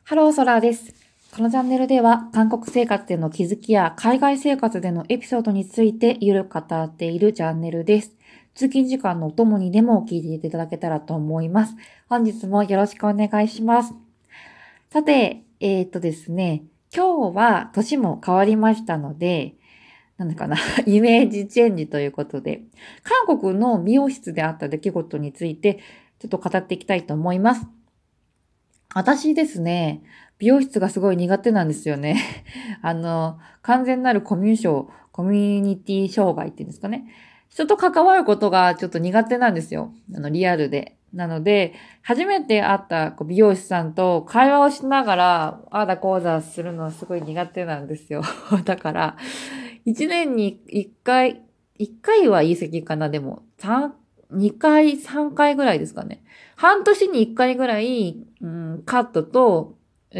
ハローソラーです。このチャンネルでは韓国生活での気づきや海外生活でのエピソードについてゆるく語っているチャンネルです。通勤時間のお供にでも聞いていただけたらと思います。本日もよろしくお願いします。さて、ですね、今日は年も変わりましたので、なんだかな、イメージチェンジということで、韓国の美容室であった出来事についてちょっと語っていきたいと思います。私ですね、美容室がすごい苦手なんですよね。完全なるコミュニティ障害っていうんですかね。人と関わることがちょっと苦手なんですよ。リアルで。なので、初めて会った美容師さんと会話をしながら、ああだこうだするのはすごい苦手なんですよ。だから、一年に一回は言い過ぎかな、でも、2回、3回ぐらいですかね。半年に1回ぐらい、カットと、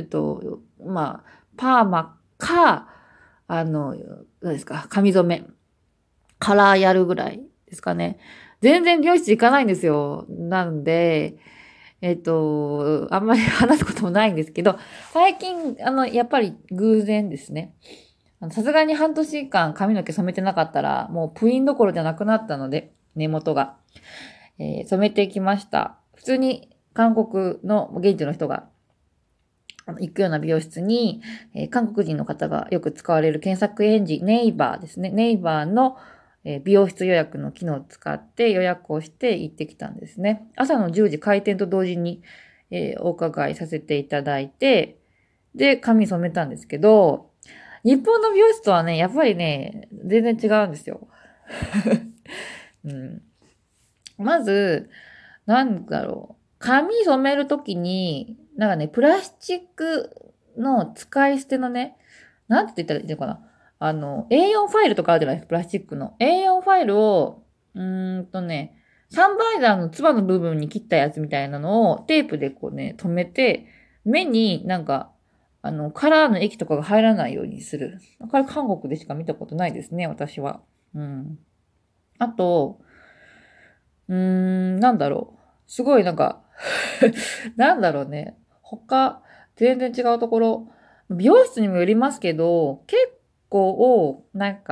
パーマか、どうですか、髪染め、カラーやるぐらいですかね。全然美容室行かないんですよ。なんで、あんまり話すこともないんですけど、最近、やっぱり偶然ですね。さすがに半年間髪の毛染めてなかったら、もうプインどころじゃなくなったので、根元が。染めてきました。普通に韓国の現地の人が行くような美容室に、韓国人の方がよく使われる検索エンジン、ネイバーですね。ネイバーの美容室予約の機能を使って予約をして行ってきたんですね。朝の10時開店と同時に、お伺いさせていただいて、で、髪染めたんですけど、日本の美容室とはね、やっぱりね、全然違うんですよ。うん、まず、なんだろう。髪染めるときに、なんかね、プラスチックの使い捨てのね、なんて言ったらいいのかな。A4 ファイルとかあるじゃないですか、プラスチックの。A4 ファイルを、サンバイザーのつばの部分に切ったやつみたいなのをテープでこうね、留めて、目になんか、カラーの液とかが入らないようにする。これ韓国でしか見たことないですね、私は。うん。あと、なんだろう。すごいなんかなんだろうね。全然違うところ。美容室にもよりますけど、結構、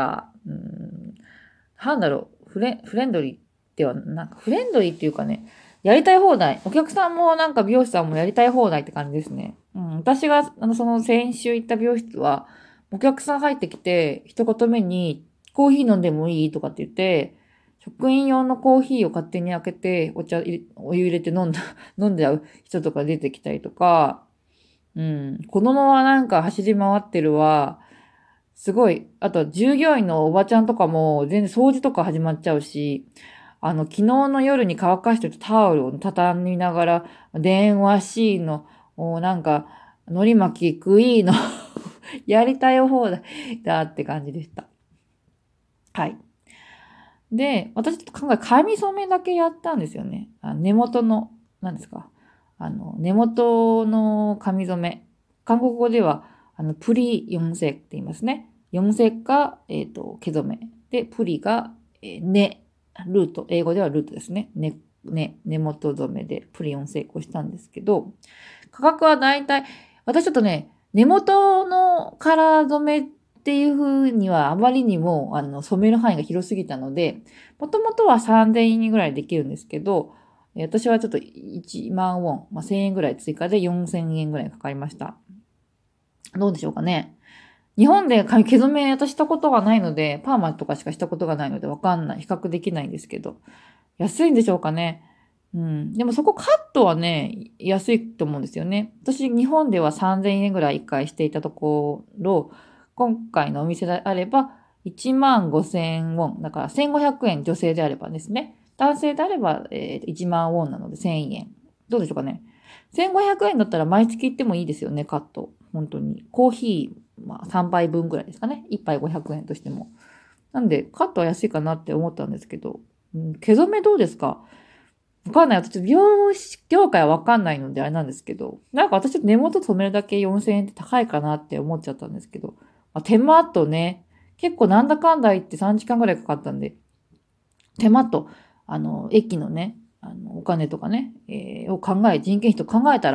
なんだろう。フレンドリーでは、なんかフレンドリーっていうかね、やりたい放題。お客さんもなんか美容師さんもやりたい放題って感じですね。私が、その先週行った美容室は、お客さん入ってきて、一言目に、コーヒー飲んでもいいとかって言って、職員用のコーヒーを勝手に開けて、お湯入れて飲んじゃう人とか出てきたりとか、子供はなんか走り回ってるわ。すごい。あと、従業員のおばちゃんとかも全然掃除とか始まっちゃうし、昨日の夜に乾かしてるタオルを畳みながら、電話 C の、なんか、海苔巻きクイーのやりたい方だって感じでした。はい。で、私ちょっと髪染めだけやったんですよね。根元の、何ですか。根元の髪染め。韓国語では、プリ四世って言いますね。四世か、毛染め。で、プリが、ルート。英語ではルートですね。根元染めでプリ四世をしたんですけど、価格はだいたい、私ちょっとね、根元のカラー染めっていう風にはあまりにも染める範囲が広すぎたので、もともとは3000円ぐらいできるんですけど、私はちょっと1万ウォン、1000円ぐらい追加で4000円ぐらいかかりました。どうでしょうかね。日本で毛染め私したことがないので、パーマとかしかしたことがないのでわかんない、比較できないんですけど、安いんでしょうかね。でもそこカットはね、安いと思うんですよね。私、日本では3000円ぐらい1回していたところ、今回のお店であれば、1万5000ウォン。だから1500円女性であればですね。男性であれば、1万ウォンなので1000円。どうでしょうかね。1500円だったら毎月行ってもいいですよね、カット。本当に。コーヒー、3杯分ぐらいですかね。1杯500円としても。なんで、カットは安いかなって思ったんですけど、毛染めどうですか？わかんない。私、美容師業界はわかんないのであれなんですけど、なんか私根元染めるだけ4000円って高いかなって思っちゃったんですけど、手間とね、結構なんだかんだ言って3時間ぐらいかかったんで、手間と、駅のね、お金とかね、人件費と考えたら、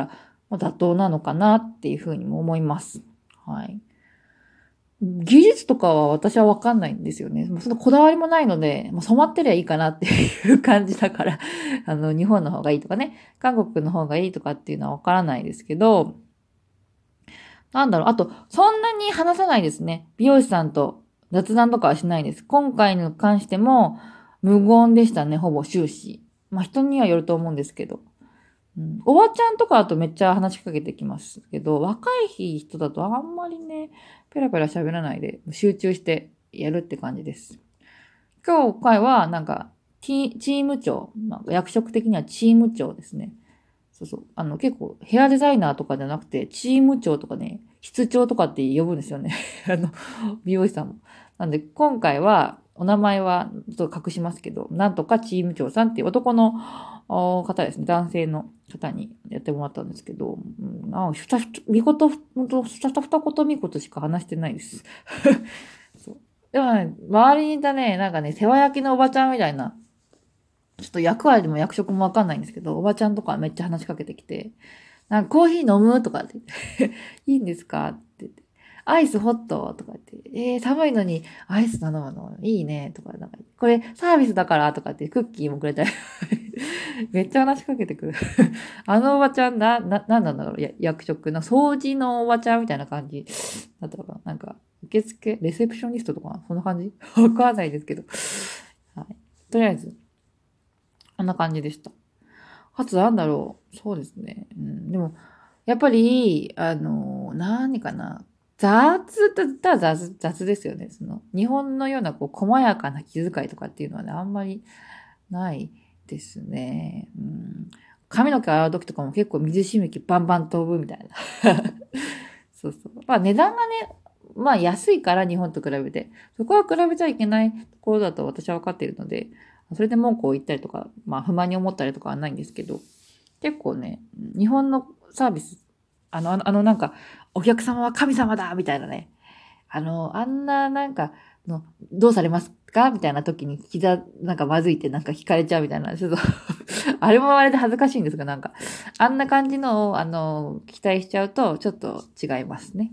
妥当なのかなっていうふうにも思います。はい。技術とかは私はわかんないんですよね。そのこだわりもないので、染まってりゃいいかなっていう感じだから、日本の方がいいとかね、韓国の方がいいとかっていうのはわからないですけど、なんだろう、あと、そんなに話さないですね。美容師さんと雑談とかはしないです。今回に関しても、無言でしたね、ほぼ終始。人にはよると思うんですけど。おばちゃんとかだとめっちゃ話しかけてきますけど、若い人だとあんまりね、ペラペラ喋らないで集中してやるって感じです。今回はなんか、チーム長、役職的にはチーム長ですね。そうそう。結構ヘアデザイナーとかじゃなくて、チーム長とかね、室長とかって呼ぶんですよね。美容師さんも。なんで、今回は、お名前はちょっと隠しますけど、なんとかチーム長さんっていう男の方ですね。男性の方にやってもらったんですけど、見事、ほんと、二言見事しか話してないです。そう。でもね、周りにいたね、なんかね、世話焼きのおばちゃんみたいな、ちょっと役割も役職もわかんないんですけど、おばちゃんとかめっちゃ話しかけてきて、なんかコーヒー飲むとかって言っていいんですかって言って、アイスホットとか言って、寒いのにアイス頼むのいいねとか、なんか、これサービスだからとかってクッキーもくれたりめっちゃ話しかけてくるあのおばちゃんなんなんだろう役職の掃除のおばちゃんみたいな感じだったのかななんか、受付レセプショニストとかそんな感じわかんないですけど。はい。とりあえず、こんな感じでした。あとなんだろう。そうですね。でも、やっぱり、何かな。雑だったら雑ですよね。日本のような、細やかな気遣いとかっていうのはね、あんまりないですね。髪の毛洗う時とかも結構水しぶきバンバン飛ぶみたいな。そうそう。値段がね、安いから日本と比べて。そこは比べちゃいけないところだと私は分かっているので、それで文句を言ったりとか、不満に思ったりとかはないんですけど、結構ね、日本のサービス、なんか、お客様は神様だみたいなね。あんななんか、どうされますかみたいな時になんかまずいってなんか聞かれちゃうみたいな。ちょっとあれもあれで恥ずかしいんですが、なんか、あんな感じのを、期待しちゃうと、ちょっと違いますね。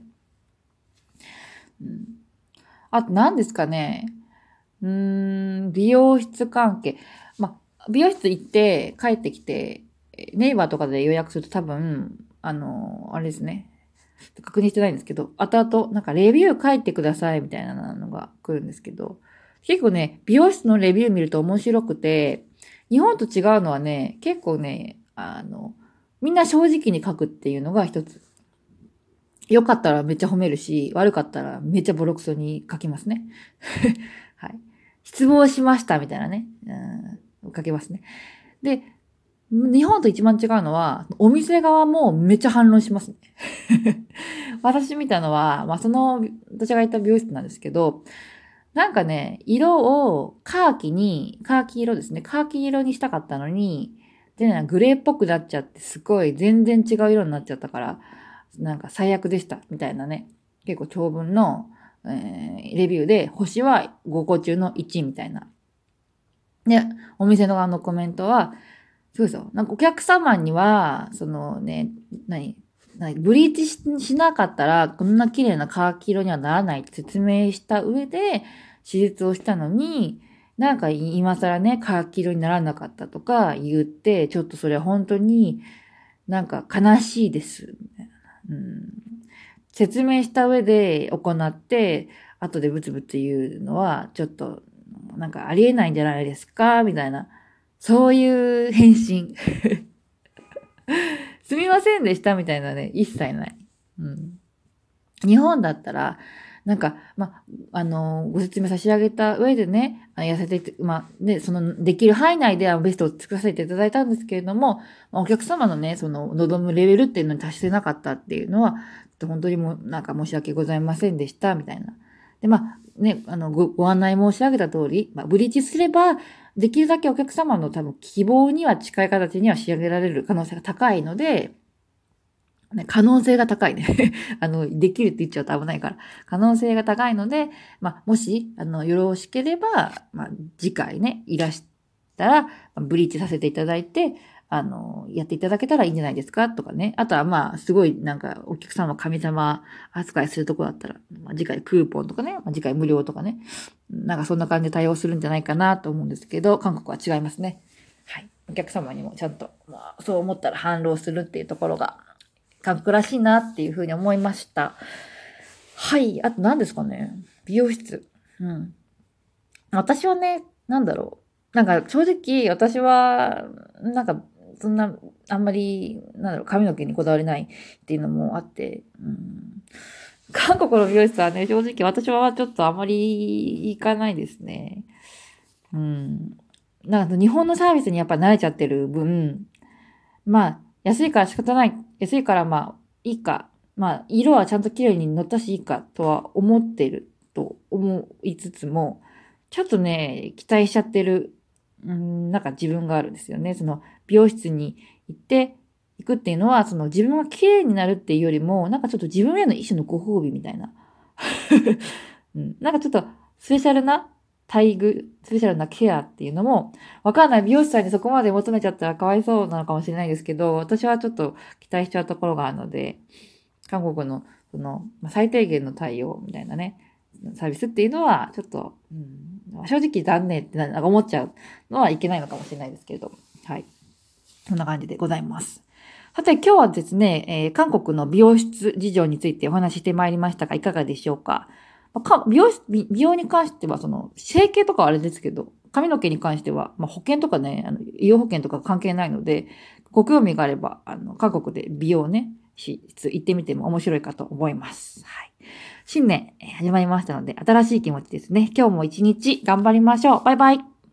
うん、あと、何ですかね。美容室関係。美容室行って帰ってきて、ネイバーとかで予約すると多分、あれですね。確認してないんですけど、後々、なんかレビュー書いてくださいみたいなのが来るんですけど、結構ね、美容室のレビュー見ると面白くて、日本と違うのはね、結構ね、みんな正直に書くっていうのが一つ。良かったらめっちゃ褒めるし、悪かったらめっちゃボロクソに書きますね。はい。失望しましたみたいなね。書けますね。で、日本と一番違うのは、お店側もめっちゃ反論しますね。私見たのは、私が行った美容室なんですけど、なんかね、色をカーキ色ですね。カーキ色にしたかったのに、でね、グレーっぽくなっちゃって、すごい全然違う色になっちゃったから、なんか最悪でした、みたいなね。結構長文の、レビューで、星は5個中の1みたいな。で、お店の側のコメントは、そうですよ。なんかお客様には、ブリーチしなかったら、こんな綺麗なカーキ色にはならないって説明した上で、手術をしたのに、なんか今更ね、カーキ色にならなかったとか言って、ちょっとそれは本当になんか悲しいです。説明した上で行って、後でブツブツ言うのは、ちょっと、なんかありえないんじゃないですかみたいな。そういう返信。すみませんでしたみたいなね、一切ない。日本だったら、なんか、ご説明差し上げた上でね、痩せて、できる範囲内でベストを作らせていただいたんですけれども、お客様のね、望むレベルっていうのに達してなかったっていうのは、本当にもう、なんか申し訳ございませんでした、みたいな。で、ご案内申し上げた通り、ブリーチすれば、できるだけお客様の多分希望には近い形には仕上げられる可能性が高いので、可能性が高いね。できるって言っちゃうと危ないから。可能性が高いので、もし、よろしければ、次回ね、いらしたら、ブリーチさせていただいて、 やっていただけたらいいんじゃないですかとかね。あとはまあ、すごいなんか、お客様を神様扱いするとこだったら、まあ、次回クーポンとかね、まあ、次回無料とかね。なんかそんな感じで対応するんじゃないかなと思うんですけど、韓国は違いますね。はい。お客様にもちゃんと、まあ、そう思ったら反論するっていうところが、韓国らしいなっていうふうに思いました。はい。あと何ですかね。美容室。うん。私はね、なんだろう。なんか正直私は、なんかそんな、あんまり、なんだろう、髪の毛にこだわりないっていうのもあって、韓国の美容室はね、正直私はちょっとあまり行かないですね。うん。なんか日本のサービスにやっぱ慣れちゃってる分、まあ、安いから仕方ない。安いからまあ、いいか。まあ、色はちゃんと綺麗に乗ったしいいかとは思ってると思いつつも、ちょっとね、期待しちゃってる、なんか自分があるんですよね。その、美容室に行くっていうのは、その自分が綺麗になるっていうよりも、なんかちょっと自分への一種のご褒美みたいな。なんかちょっとスペシャルな待遇、スペシャルなケアっていうのも、わかんない。美容師さんにそこまで求めちゃったらかわいそうなのかもしれないですけど、私はちょっと期待しちゃうところがあるので、韓国の、最低限の対応みたいなね、サービスっていうのは、ちょっと、正直残念ってなんか思っちゃうのはいけないのかもしれないですけれど、はい。そんな感じでございます。さて、今日はですね、韓国の美容室事情についてお話ししてまいりましたが、いかがでしょうか。美容に関しては、整形とかはあれですけど、髪の毛に関しては、保険とかね、医療保険とか関係ないので、ご興味があれば、韓国で美容ね、室行ってみても面白いかと思います。はい。新年、始まりましたので、新しい気持ちですね。今日も一日頑張りましょう。バイバイ。